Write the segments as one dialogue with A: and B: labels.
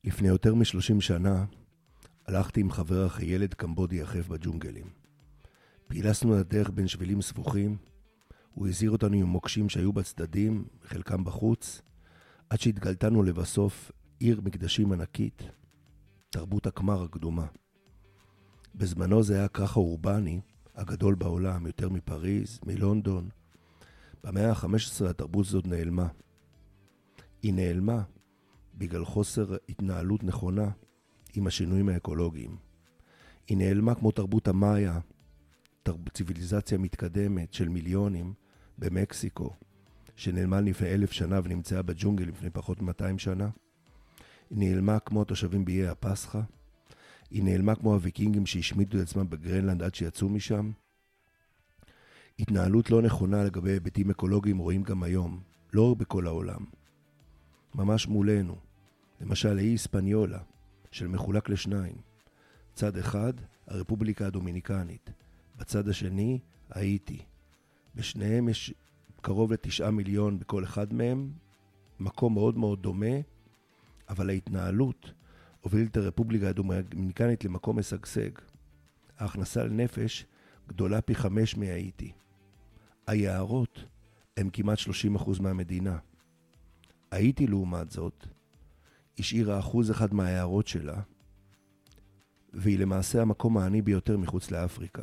A: לפני יותר מ-30 שנה הלכתי עם חבר אחרי ילד קמבודי יחף בג'ונגלים. פילסנו לדרך בין שבילים סבוכים, הוא הזהיר אותנו עם מוקשים שהיו בצדדים, חלקם בחוץ, עד שהתגלתנו לבסוף עיר מקדשים ענקית, תרבות הקמר הקדומה. בזמנו זה היה הכרך האורבני הגדול בעולם, יותר מפריז, מלונדון. במאה ה-15 התרבות הזאת נעלמה. היא נעלמה בגלל חוסר התנהלות נכונה עם השינויים האקולוגיים. היא נעלמה כמו תרבות המאיה, ציוויליזציה מתקדמת של מיליונים במקסיקו, שנעלמה לפני 1000 שנה ונמצאה בג'ונגל לפני פחות מ-200 שנה. היא נעלמה כמו התושבים באיי הפסחא. היא נעלמה כמו הוויקינגים שהשמידו את עצמם בגרנלנד עד שיצאו משם. התנהלות לא נכונה לגבי היבטים אקולוגיים רואים גם היום, לא בכל העולם. ממש מולנו, למשל האי היספניולה, של מחולק לשניים. צד אחד, הרפובליקה הדומיניקנית. בצד השני, האיטי. בשניהם יש קרוב ל9 מיליון בכל אחד מהם, מקום מאוד מאוד דומה, אבל ההתנהלות הובילת את הרפובליקה הדומיניקנית למקום משגשג. ההכנסה לנפש גדולה פי 5 מהאיטי. היערות הם כמעט 30% מהמדינה. האיטי לעומת זאת השאירה 1% מהיערות שלה, והיא למעשה המקום העני ביותר מחוץ לאפריקה.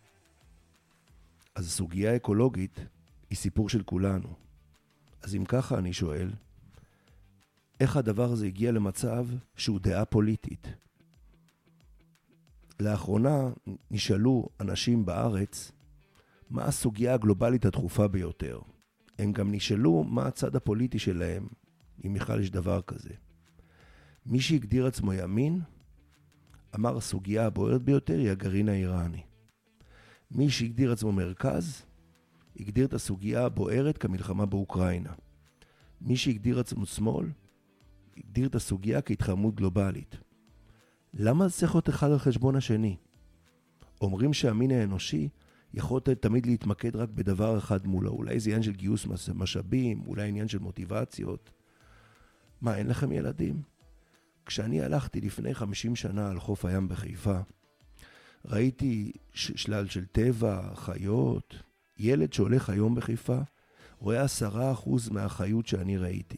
A: אז הסוגיה האקולוגית היא סיפור של כולנו. אז אם ככה אני שואל, איך הדבר הזה הגיע למצב שהוא דעה פוליטית? לאחרונה נשאלו אנשים בארץ מה הסוגיה הגלובלית הדחופה ביותר. הם גם נשאלו מה הצד הפוליטי שלהם, אם בכלל יש דבר כזה. מי שהגדיר עצמו ימין, אמר הסוגיה הבוערת ביותר היא הגרעין האיראני. מי שהגדיר עצמו מרכז, הגדיר את הסוגיה הבוערת כמלחמה באוקראינה. מי שהגדיר עצמו שמאל, הגדיר את הסוגיה כהתחממות גלובלית. למה זה צריך להיות אחד על חשבון השני? אומרים שהמין האנושי יכול תמיד להתמקד רק בדבר אחד מולו. אולי זה עניין של גיוס משאבים, אולי עניין של מוטיבציות. מה, אין לכם ילדים? כשאני הלכתי לפני 50 שנה על חוף הים בחיפה, ראיתי שלל של טבע, חיות. ילד שהולך היום בחיפה רואה 10% מהחיות שאני ראיתי.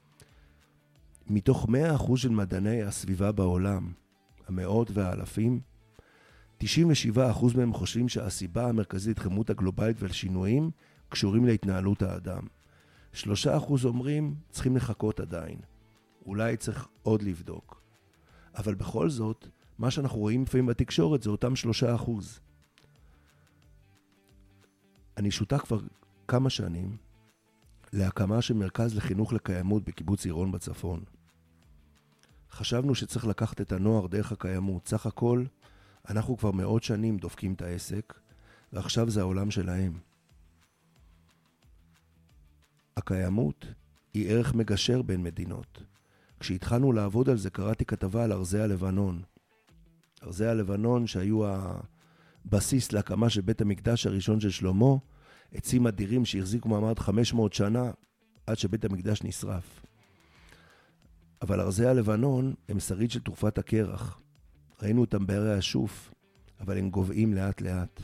A: מתוך 100% של מדעני הסביבה בעולם, המאות והאלפים, 97% מהם חושבים שהסיבה המרכזית להתחממות הגלובלית ולשינויים קשורים להתנהלות האדם. 3% אומרים צריכים לחכות עדיין. אולי צריך עוד לבדוק. אבל בכל זאת, מה שאנחנו רואים לפעמים בתקשורת זה אותם 3%. אני שותף כבר כמה שנים להקמה של מרכז לחינוך לקיימות בקיבוץ עירון בצפון. חשבנו שצריך לקחת את הנוער דרך הקיימות. סך הכל, אנחנו כבר מאות שנים דופקים את העסק, ועכשיו זה העולם שלהם. הקיימות היא ערך מגשר בין מדינות. כשהתחלנו לעבוד על זה, קראתי כתבה על ארזי הלבנון. ארזי הלבנון שהיו הבסיס להקמה של בית המקדש הראשון של שלמה, עצים אדירים שהחזיקו מעמד 500 שנה עד שבית המקדש נשרף. אבל ארזי הלבנון הם שריד של תרופת הקרח. ראינו אותם בערי השוף, אבל הם גובעים לאט לאט.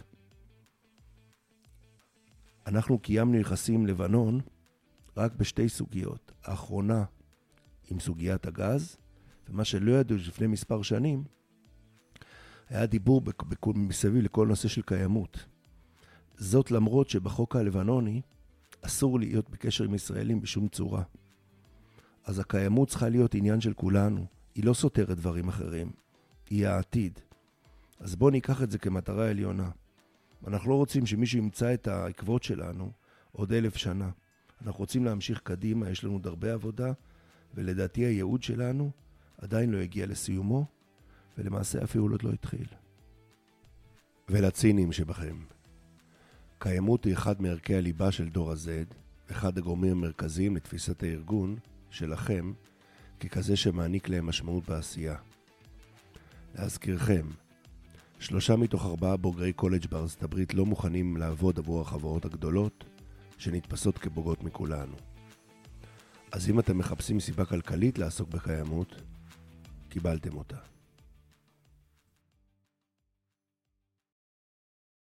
A: אנחנו קיימנו יחסים עם לבנון רק בשתי סוגיות. האחרונה עם סוגיית הגז, ומה שלא ידעו לפני מספר שנים, היה דיבור מסביב לכל נושא של קיימות. זאת למרות שבחוק הלבנוני אסור להיות בקשר עם ישראלים בשום צורה. אז הקיימות צריכה להיות עניין של כולנו. היא לא סותרת דברים אחרים. היא העתיד. אז בואו ניקח את זה כמטרה עליונה. אנחנו לא רוצים שמישהו ימצא את העקבות שלנו עוד 1000 שנה. אנחנו רוצים להמשיך קדימה, יש לנו הרבה עבודה, ולדעתי הייעוד שלנו עדיין לא הגיע לסיומו, ולמעשה אפילו עוד לא התחיל. ולצינים שבכם. קיימות היא אחד מערכי הליבה של דור ה-Z, אחד הגורמים המרכזיים לתפיסת הארגון שלכם, ככזה שמעניק להם משמעות בעשייה. להזכירכם, 3 מתוך 4 בוגרי קולג' בארצות הברית לא מוכנים לעבוד עבור החברות הגדולות, שנתפסות כבוגרות מכולנו. אז אם אתם מחפשים סיבה כלכלית לעסוק בקיימות, קיבלתם אותה.